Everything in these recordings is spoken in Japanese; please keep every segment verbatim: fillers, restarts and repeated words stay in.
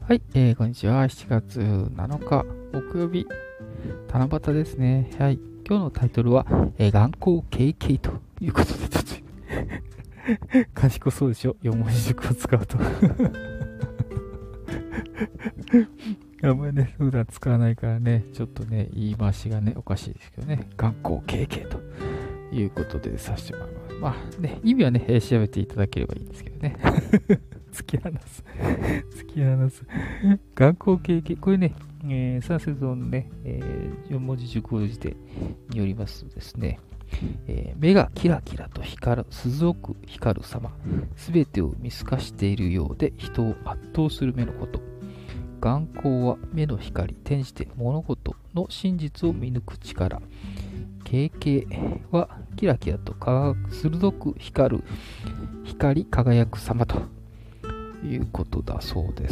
はい、えー、こんにちは。しちがつなのか木曜日、七夕ですね。はい、今日のタイトルは、えー、眼光 ケーケー ということで、ちょっと賢そうでしょ、よん文字熟語を使うと。あんまりね、普段使わないからね、ちょっとね、言い回しがね、おかしいですけどね、眼光 ケーケー ということでさせてもらいます。まあね、意味はね、えー調べていただければいいんですけどね。突き放す。突き放す。眼光経験。これね、えー、サンセゾンのね、えー、よん文字熟語辞典によりますとですね、えー目がキラキラと光る、鋭く光る様、すべてを見透かしているようで人を圧倒する目のこと。眼光は目の光、転じて物事の真実を見抜く力。経験はキラキラと鋭く光る、光り輝く様ということだそうです。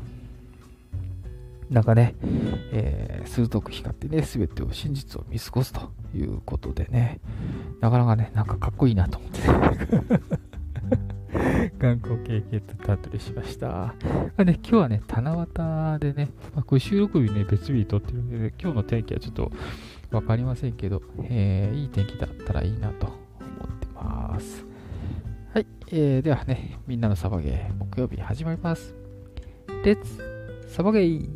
なんかね、えー、鋭く光ってね、すべてを真実を見過ごすということでね、なかなかね、なんかかっこいいなと思ってね。眼光経験とタイトルしました。まあね、今日はね、七夕でね、まあ、これ収録日ね、別日に撮ってるんで、ね、今日の天気はちょっとわかりませんけど、えー、いい天気だったらいいなと思ってます。はい、えー、ではね、みんなのサバゲー、木曜日始まります。レッツサバゲー。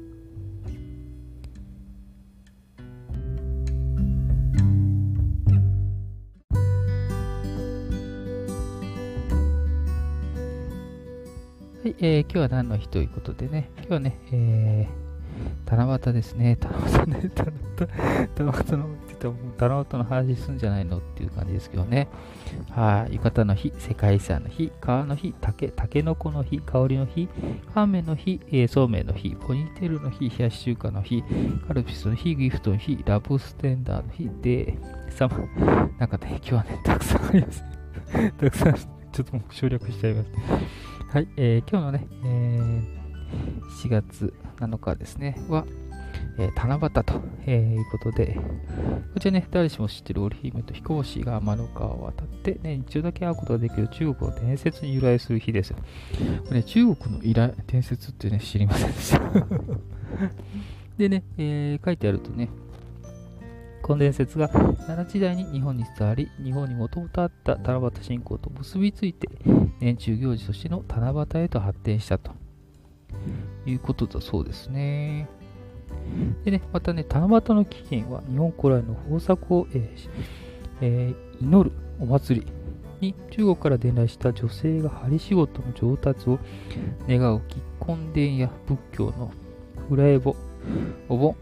はい、えー、今日は何の日ということでね、今日はね、えー、七夕ですね。七夕ね、七夕、七夕の、って言ったらもう七夕の話すんじゃないのっていう感じですけどね。はい、浴衣の日、世界遺産の日、川の日、竹、タケノコの日、香りの日、乾麺の日、えー、そうめんの日、ポニーテールの日、冷やし中華の日、カルピスの日、ギフトの日、ラブステンダーの日で、さま、なんかね、今日はね、たくさんあります。たくさん、ちょっともう省略しちゃいます。はい、えー、今日のね、えー、しがつなのかですね、は、えー、七夕と、えー、いうことで、こちらね、誰しも知ってる織姫と彦星が天の川を渡って、ね、一度だけ会うことができる中国の伝説に由来する日です。これ、ね、中国の由来伝説ってね、知りませんでした。でね、えー、書いてあるとね、この伝説が奈良時代に日本に伝わり、日本にもともとあった七夕信仰と結びついて、年中行事としての七夕へと発展したということだそうですね。でね、またね、七夕の起源は日本古来の豊作を、えーえー、祈るお祭りに中国から伝来した女性が針仕事の上達を願う吉根伝や仏教のフエボ、お盆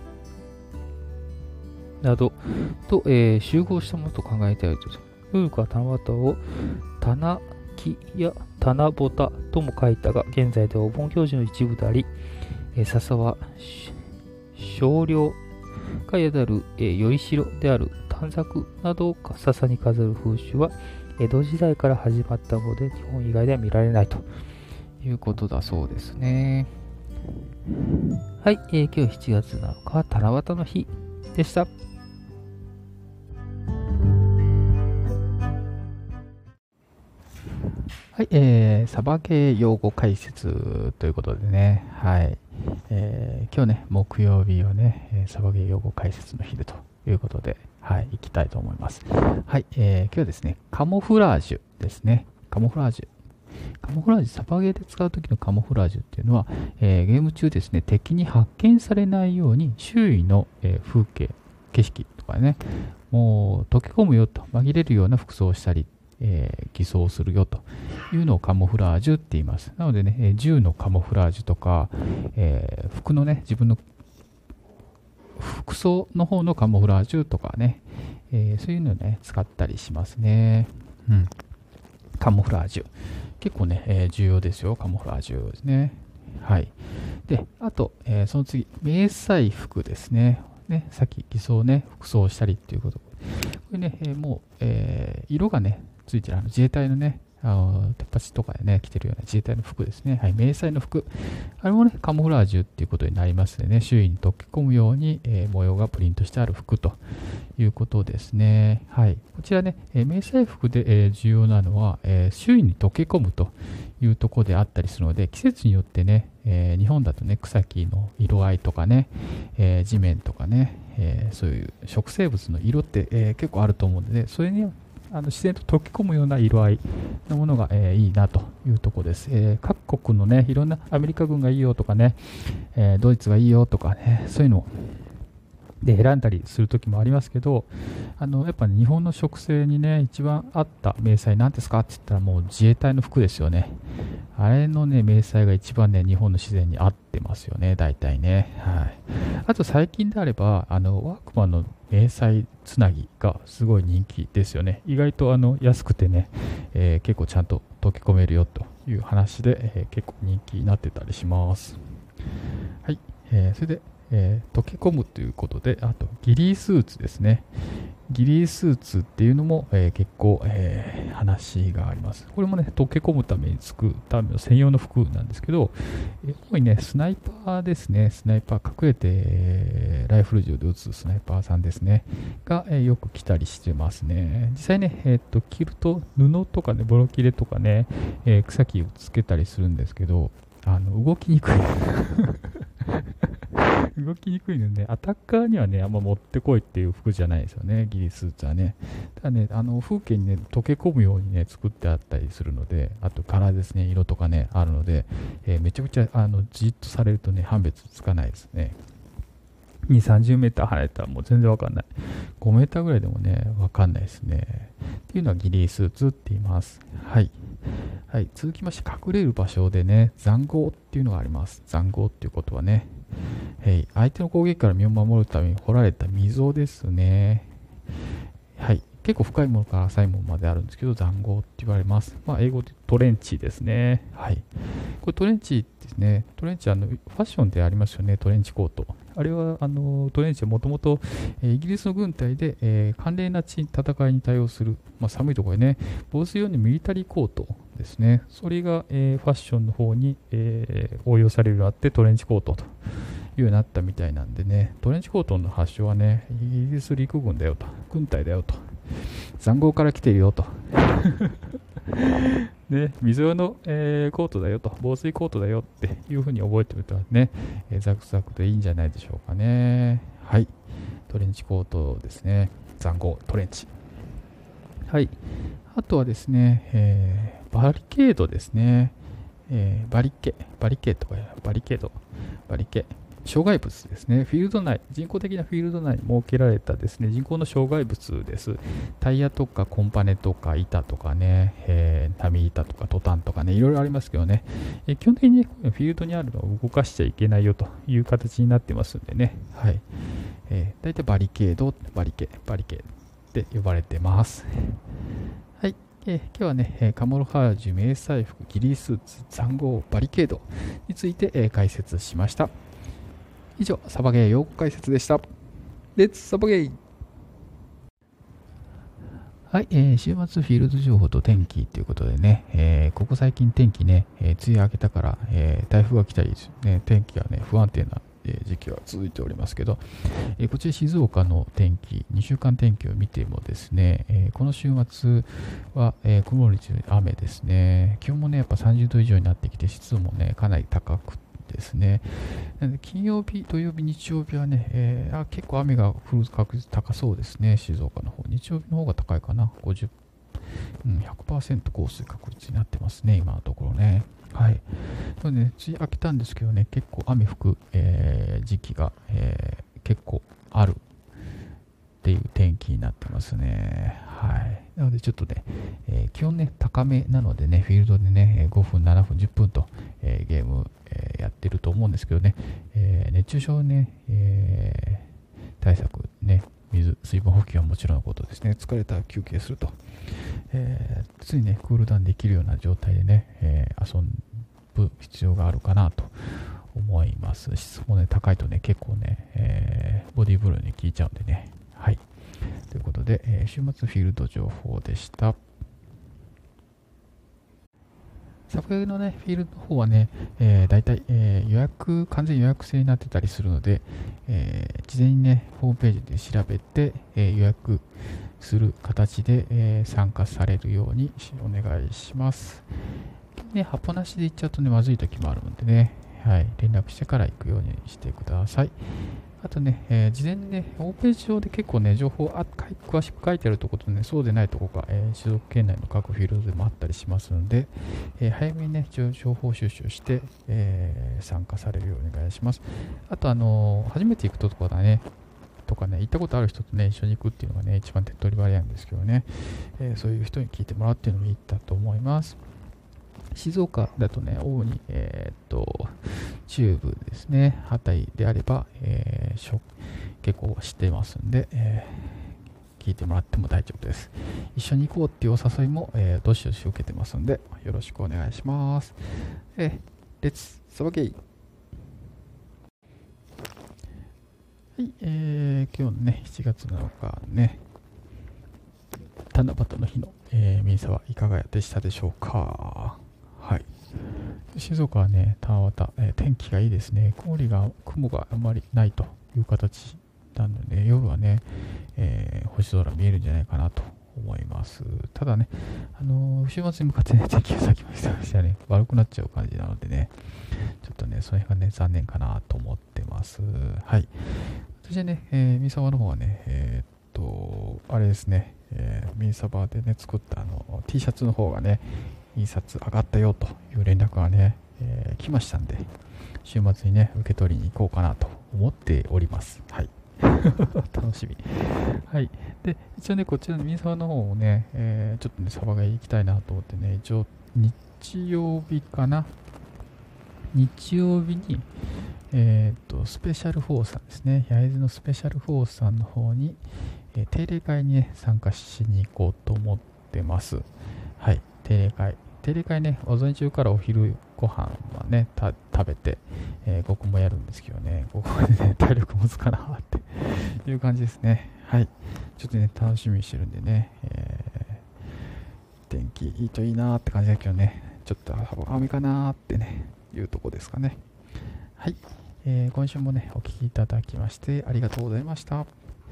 などと、えー、集合したものと考えてあると。古くは七夕を七木や七夕とも書いたが、現在ではお盆行事の一部であり、えー、笹は少量かやである、えー、よりしろである短冊などを笹に飾る風習は江戸時代から始まったもので、日本以外では見られないということだそうですね。はい、えー、今日しちがつなのかは七夕の日でした。はい、えー、サバゲー用語解説ということでね、はい、えー、今日ね、木曜日はね、サバゲー用語解説の日でということで、はい、行きたいと思います。はい、えー、今日はですね、カモフラージュですね、カモフラージュ。カモフラージュ、サバゲーで使うときのカモフラージュっていうのは、えー、ゲーム中ですね、敵に発見されないように周囲の、えー、風景、景色とかね、もう溶け込むよと、紛れるような服装をしたり、えー、偽装するよというのをカモフラージュって言います。なのでね、えー、銃のカモフラージュとか、えー、服のね、自分の服装の方のカモフラージュとかね、えー、そういうのをね、使ったりしますね。うん。カモフラージュ。結構ね、えー、重要ですよ、カモフラージュですね。はい。で、あと、えー、その次、迷彩服ですね。ね、さっき偽装ね、服装したりっていうこと。これね、えー、もう、えー、色がね、ついてるあの自衛隊のね、 あのテッパチとかでね、着てるような自衛隊の服ですね。はい、迷彩の服。あれもね、カモフラージュっていうことになりますのでね、周囲に溶け込むように、えー、模様がプリントしてある服ということですね。はい。こちらね、えー、迷彩服で、えー、重要なのは、えー、周囲に溶け込むというところであったりするので、季節によってね、えー、日本だとね、草木の色合いとかね、えー、地面とかね、えー、そういう植生物の色って、えー、結構あると思うので、それにあの自然と溶け込むような色合いのものが、えー、いいなというところです、えー。各国のね、いろんなアメリカ軍がいいよとかね、えー、ドイツがいいよとかね、そういうので選んだりするときもありますけど、あのやっぱ、ね、日本の植生にね、一番合った迷彩なんですかって言ったら、もう自衛隊の服ですよね。あれのね、迷彩が一番ね、日本の自然に合ってますよね、大体ね。はい。あと最近であれば、あのワークマンの迷彩つなぎがすごい人気ですよね。意外とあの安くてね、えー、結構ちゃんと溶け込めるよという話で、えー、結構人気になってたりします。はい。えー、それで、えー、溶け込むということで、あとギリースーツですね。ギリースーツっていうのも、えー、結構、えー、話があります。これもね、溶け込むために作るための専用の服なんですけど、えー、主にね、スナイパーですね。スナイパー、隠れて、えー、ライフル銃で撃つスナイパーさんですね。が、えー、よく着たりしてますね。実際ね、えー、っと、着ると布とかね、ボロ切れとかね、えー、草木をつけたりするんですけど、あの動きにくい。動きにくいので、アタッカーにはね、あんま持ってこいっていう服じゃないですよね、ギリスーツはね。ただね、あの風景にね、溶け込むようにね、作ってあったりするので、あと柄ですね、色とかね、あるので、えー、めちゃくちゃあのじっとされるとね、判別つかないですね。にじゅう、さんじゅうメーター離れたらもう全然わかんない。ごメーターぐらいでもね、わかんないですね。っていうのはギリスーツって言います。はい。はい、続きまして、隠れる場所でね、塹壕っていうのがあります。塹壕っていうことはね、はい、相手の攻撃から身を守るために掘られた溝ですね。はい、結構深いものから浅いものまであるんですけど、塹壕って言われます。まあ、英語でトレンチですね。はい。これトレンチですね。トレンチあのファッションでありますよね、トレンチコート。あれはあのトレンチはもともとイギリスの軍隊で、えー、寒冷な地戦いに対応する、まあ、寒いところでね、防水用のミリタリーコートですね。それが、えー、ファッションの方に、えー、応用されるようになってトレンチコートというようになったみたいなんでね、トレンチコートの発祥はね、イギリス陸軍だよと、軍隊だよと、塹壕から来てるよと。ね、水用の、えー、コートだよと、防水コートだよっていうふうに覚えておいたらね、えー、ザクザクでいいんじゃないでしょうかね。はい。トレンチコートですね。塹壕、トレンチ。はい。あとはですね、えー、バリケードですね。えー、バリケ、バリケード、バリケード、バリケ。障害物ですね。フィールド内、人工的なフィールド内に設けられたですね、人工の障害物です。タイヤとかコンパネとか板とかね、えー、波板とかトタンとかね、いろいろありますけどね、えー、基本的にフィールドにあるのを動かしちゃいけないよという形になってますんでね、はい。えー、大体バリケード、バリケ、バリケって呼ばれてます。はい。えー、今日はね、えー、カモフラージュ、迷彩服、ギリースーツ、塹壕、バリケードについて、えー、解説しました。以上、サバゲー用語解説でした。レッツサバゲー。はい、えー、週末フィールド情報と天気ということでね、えー、ここ最近天気ね、えー、梅雨明けたから、えー、台風が来たり、ね、天気がね、不安定な時期は続いておりますけど、えー、こちら静岡の天気、にしゅうかん天気を見てもですね、えー、この週末は、えー、曇り中雨ですね。気温もね、やっぱさんじゅうど以上になってきて、湿度もね、かなり高くて、ですね、金曜日、土曜日、日曜日はね、えー、あ結構雨が降る確率高そうですね、静岡の方。日曜日の方が高いかな、ごじゅう、うん、ひゃくパーセント 降水確率になってますね、今のところね。はい。なので、ね、梅雨明けたんですけどね、結構雨吹く、えー、時期が、えー、結構あるっていう天気になってますね。はい。なのでちょっとね、えー、気温ね、高めなのでね、フィールドでね、ごふん、ななふん、じゅっぷんと、えー、ゲーム、えー、やってると思うんですけどね、えー、熱中症ね、えー、対策ね、水、水分補給はもちろんのことですね、疲れたら休憩すると、えー、ついね、クールダウンできるような状態でね、えー、遊ぶ必要があるかなと思います。湿度もね、高いとね、結構ね、えー、ボディーブルーに効いちゃうんでね。はい。ということで、えー、週末フィールド情報でした。 サブのね、フィールドの方はね、えー、大体、えー、予約、完全予約制になってたりするので、えー、事前にね、ホームページで調べて、えー、予約する形で、えー、参加されるようにお願いします。ね、ハポなしで行っちゃうとね、まずい時もあるのでね、はい、連絡してから行くようにしてください。あとね、えー、事前にね、ホームページ上で結構ね、情報あ詳しく書いてあるところとね、そうでないところが、えー、静岡県内の各フィールドでもあったりしますので、えー、早めにね、情報収集して、えー、参加されるようにお願いします。あと、あのー、初めて行くところだね、とかね、行ったことある人とね、一緒に行くっていうのがね、一番手っ取り早いんですけどね、えー、そういう人に聞いてもらうっていうのもいいだと思います。静岡だとね、主に、えー、っと、中部ですね、あたりであれば、えー、結構知っていますんで、えー、聞いてもらっても大丈夫です。一緒に行こうっていうお誘いも、えー、どしどし受けてますんで、よろしくお願いします。えー、レッツ、サバゲイ。はい、えー、今日のね、しちがつなのかね、七夕の日の、えー、ミニサはいかがでしたでしょうか。はい。静岡はね、七夕、えー、天気がいいですね。曇りが、雲があまりないという形なので、夜はね、えー、星空見えるんじゃないかなと思います。ただね、あのー、週末に向かってね、天気が先ましてはね、悪くなっちゃう感じなのでね、ちょっとね、その辺がね、残念かなと思ってます。はい。そしてね、えー、三沢の方はね、えー、っと、あれですね、えー、三沢でね、作ったあの T シャツの方がね、印刷上がったよという連絡がね、えー、来ましたんで、週末にね、受け取りに行こうかなと思っております。はい。楽しみ。はい。で、一応ね、こちらの三沢の方をね、えー、ちょっとね、サバが行きたいなと思ってね、一応、日曜日かな。日曜日に、えっと、スペシャルフォーさんですね。焼津のスペシャルフォーさんの方に、えー、定例会にね、参加しに行こうと思ってます。はい。定例会。定例会ね、午前中からお昼ご飯はね、食べて、えー、午後もやるんですけどね、午後でね、体力持つかなっていう感じですね。はい。ちょっとね、楽しみにしてるんでね、えー、天気いいといいなーって感じだけどね、ちょっと雨かなーってね、いうとこですかね。はい。えー、今週もね、お聞きいただきましてありがとうございました。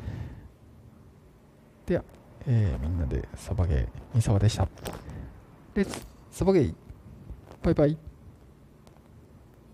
では、えー、みんなでサバゲー、ミサワでした。レッツサバゲイバイバイ。